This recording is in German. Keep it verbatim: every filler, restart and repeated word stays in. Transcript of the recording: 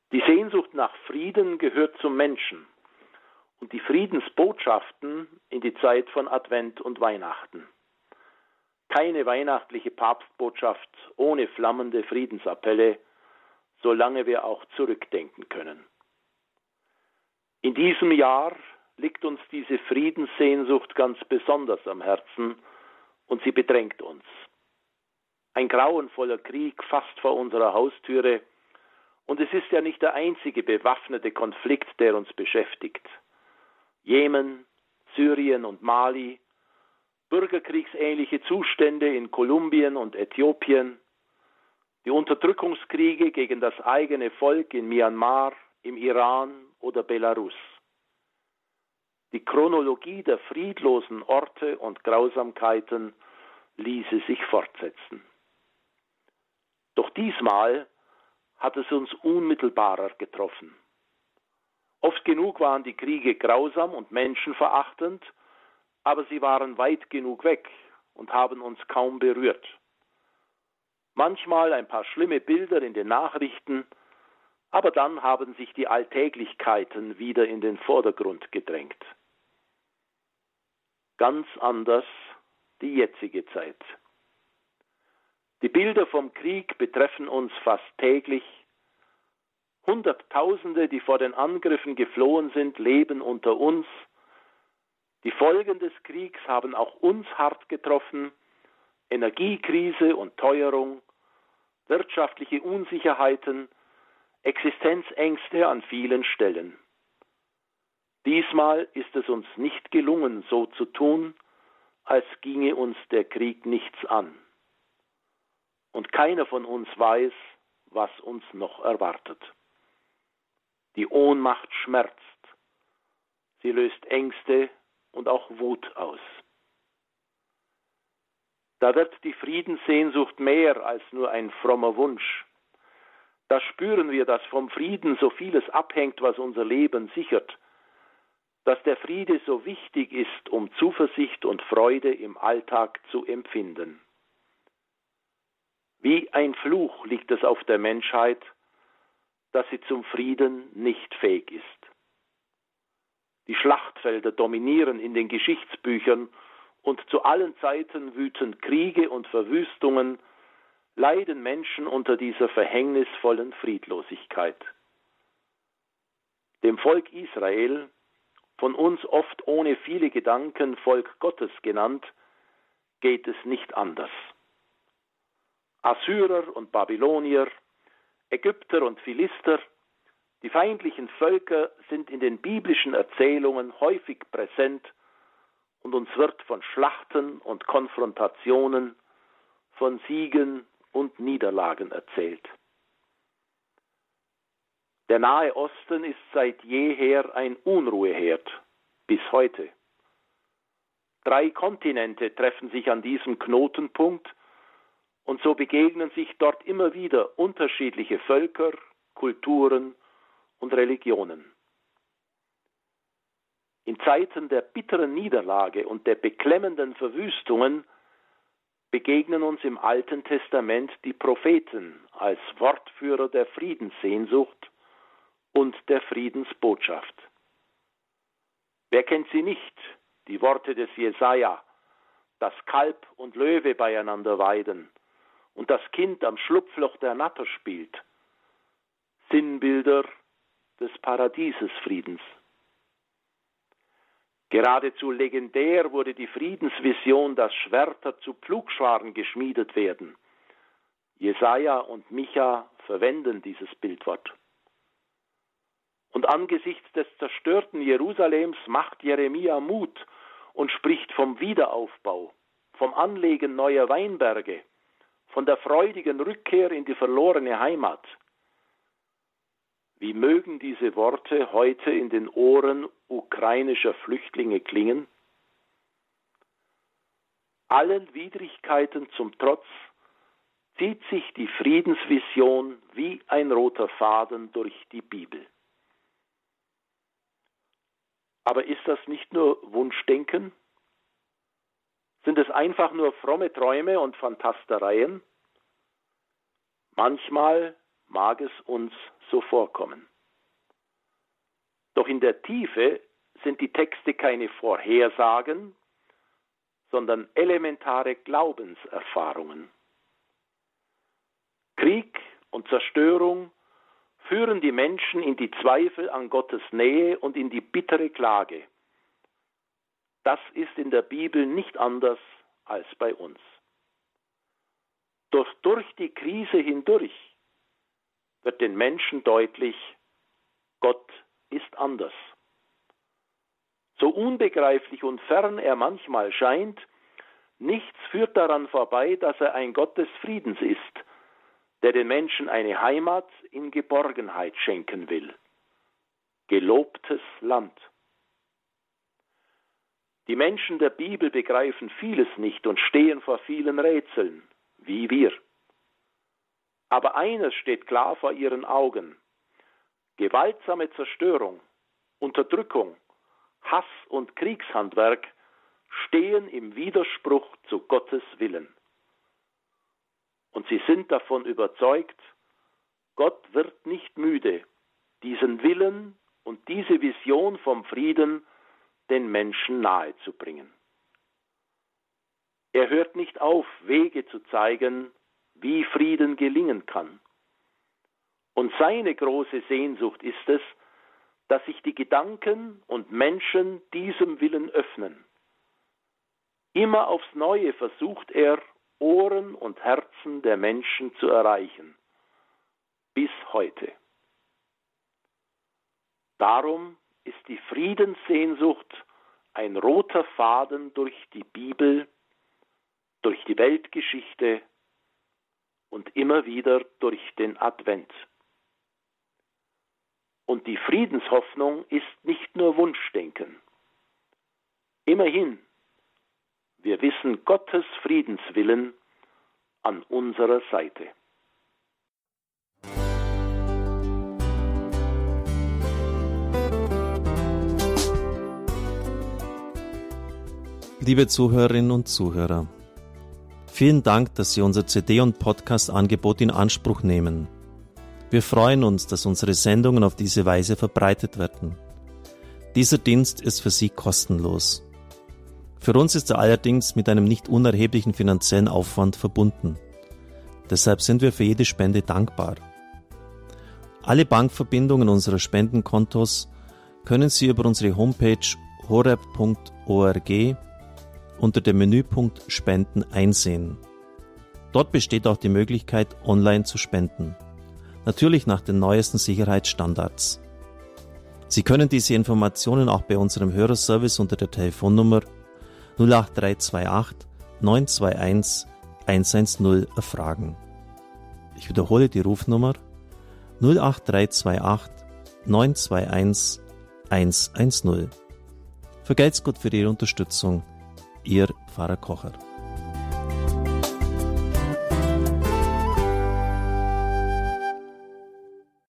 Die Sehnsucht nach Frieden gehört zum Menschen und die Friedensbotschaften in die Zeit von Advent und Weihnachten. Keine weihnachtliche Papstbotschaft ohne flammende Friedensappelle, solange wir auch zurückdenken können. In diesem Jahr liegt uns diese Friedenssehnsucht ganz besonders am Herzen und sie bedrängt uns. Ein grauenvoller Krieg fast vor unserer Haustüre und es ist ja nicht der einzige bewaffnete Konflikt, der uns beschäftigt. Jemen, Syrien und Mali, bürgerkriegsähnliche Zustände in Kolumbien und Äthiopien, die Unterdrückungskriege gegen das eigene Volk in Myanmar, im Iran oder Belarus. Die Chronologie der friedlosen Orte und Grausamkeiten ließe sich fortsetzen. Doch diesmal hat es uns unmittelbarer getroffen. Oft genug waren die Kriege grausam und menschenverachtend, aber sie waren weit genug weg und haben uns kaum berührt. Manchmal ein paar schlimme Bilder in den Nachrichten, aber dann haben sich die Alltäglichkeiten wieder in den Vordergrund gedrängt. Ganz anders die jetzige Zeit. Die Bilder vom Krieg betreffen uns fast täglich. Hunderttausende, die vor den Angriffen geflohen sind, leben unter uns. Die Folgen des Kriegs haben auch uns hart getroffen. Energiekrise und Teuerung, wirtschaftliche Unsicherheiten, Existenzängste an vielen Stellen. Diesmal ist es uns nicht gelungen, so zu tun, als ginge uns der Krieg nichts an. Und keiner von uns weiß, was uns noch erwartet. Die Ohnmacht schmerzt. Sie löst Ängste und auch Wut aus. Da wird die Friedenssehnsucht mehr als nur ein frommer Wunsch. Da spüren wir, dass vom Frieden so vieles abhängt, was unser Leben sichert. Dass der Friede so wichtig ist, um Zuversicht und Freude im Alltag zu empfinden. Wie ein Fluch liegt es auf der Menschheit, dass sie zum Frieden nicht fähig ist. Die Schlachtfelder dominieren in den Geschichtsbüchern und zu allen Zeiten wüten Kriege und Verwüstungen, leiden Menschen unter dieser verhängnisvollen Friedlosigkeit. Dem Volk Israel, von uns oft ohne viele Gedanken Volk Gottes genannt, geht es nicht anders. Assyrer und Babylonier, Ägypter und Philister, die feindlichen Völker sind in den biblischen Erzählungen häufig präsent und uns wird von Schlachten und Konfrontationen, von Siegen und Niederlagen erzählt. Der Nahe Osten ist seit jeher ein Unruheherd, bis heute. Drei Kontinente treffen sich an diesem Knotenpunkt und so begegnen sich dort immer wieder unterschiedliche Völker, Kulturen und Religionen. In Zeiten der bitteren Niederlage und der beklemmenden Verwüstungen begegnen uns im Alten Testament die Propheten als Wortführer der Friedenssehnsucht und der Friedensbotschaft. Wer kennt sie nicht, die Worte des Jesaja, dass Kalb und Löwe beieinander weiden und das Kind am Schlupfloch der Natter spielt, Sinnbilder des Paradiesesfriedens. Geradezu legendär wurde die Friedensvision, dass Schwerter zu Pflugscharen geschmiedet werden. Jesaja und Micha verwenden dieses Bildwort. Und angesichts des zerstörten Jerusalems macht Jeremia Mut und spricht vom Wiederaufbau, vom Anlegen neuer Weinberge, von der freudigen Rückkehr in die verlorene Heimat. Wie mögen diese Worte heute in den Ohren ukrainischer Flüchtlinge klingen? Allen Widrigkeiten zum Trotz zieht sich die Friedensvision wie ein roter Faden durch die Bibel. Aber ist das nicht nur Wunschdenken? Sind es einfach nur fromme Träume und Fantastereien? Manchmal mag es uns so vorkommen. Doch in der Tiefe sind die Texte keine Vorhersagen, sondern elementare Glaubenserfahrungen. Krieg und Zerstörung führen die Menschen in die Zweifel an Gottes Nähe und in die bittere Klage. Das ist in der Bibel nicht anders als bei uns. Doch durch die Krise hindurch wird den Menschen deutlich, Gott ist anders. So unbegreiflich und fern er manchmal scheint, nichts führt daran vorbei, dass er ein Gott des Friedens ist, der den Menschen eine Heimat in Geborgenheit schenken will. Gelobtes Land. Die Menschen der Bibel begreifen vieles nicht und stehen vor vielen Rätseln, wie wir. Aber eines steht klar vor ihren Augen: Gewaltsame Zerstörung, Unterdrückung, Hass und Kriegshandwerk stehen im Widerspruch zu Gottes Willen. Und sie sind davon überzeugt, Gott wird nicht müde, diesen Willen und diese Vision vom Frieden den Menschen nahezubringen. Er hört nicht auf, Wege zu zeigen, wie Frieden gelingen kann. Und seine große Sehnsucht ist es, dass sich die Gedanken und Menschen diesem Willen öffnen. Immer aufs Neue versucht er, Ohren und Herzen der Menschen zu erreichen. Bis heute. Darum ist die Friedenssehnsucht ein roter Faden durch die Bibel, durch die Weltgeschichte und immer wieder durch den Advent. Und die Friedenshoffnung ist nicht nur Wunschdenken. Immerhin, wir wissen Gottes Friedenswillen an unserer Seite. Liebe Zuhörerinnen und Zuhörer, vielen Dank, dass Sie unser C D- und Podcast-Angebot in Anspruch nehmen. Wir freuen uns, dass unsere Sendungen auf diese Weise verbreitet werden. Dieser Dienst ist für Sie kostenlos. Für uns ist er allerdings mit einem nicht unerheblichen finanziellen Aufwand verbunden. Deshalb sind wir für jede Spende dankbar. Alle Bankverbindungen unserer Spendenkontos können Sie über unsere Homepage horeb punkt org unter dem Menüpunkt Spenden einsehen. Dort besteht auch die Möglichkeit, online zu spenden. Natürlich nach den neuesten Sicherheitsstandards. Sie können diese Informationen auch bei unserem Hörerservice unter der Telefonnummer null acht drei zwei acht neun zwei eins eins eins null erfragen. Ich wiederhole die Rufnummer null acht drei zwei acht neun zwei eins eins eins null. Vergelt's Gott für Ihre Unterstützung. Ihr Pfarrer Kocher.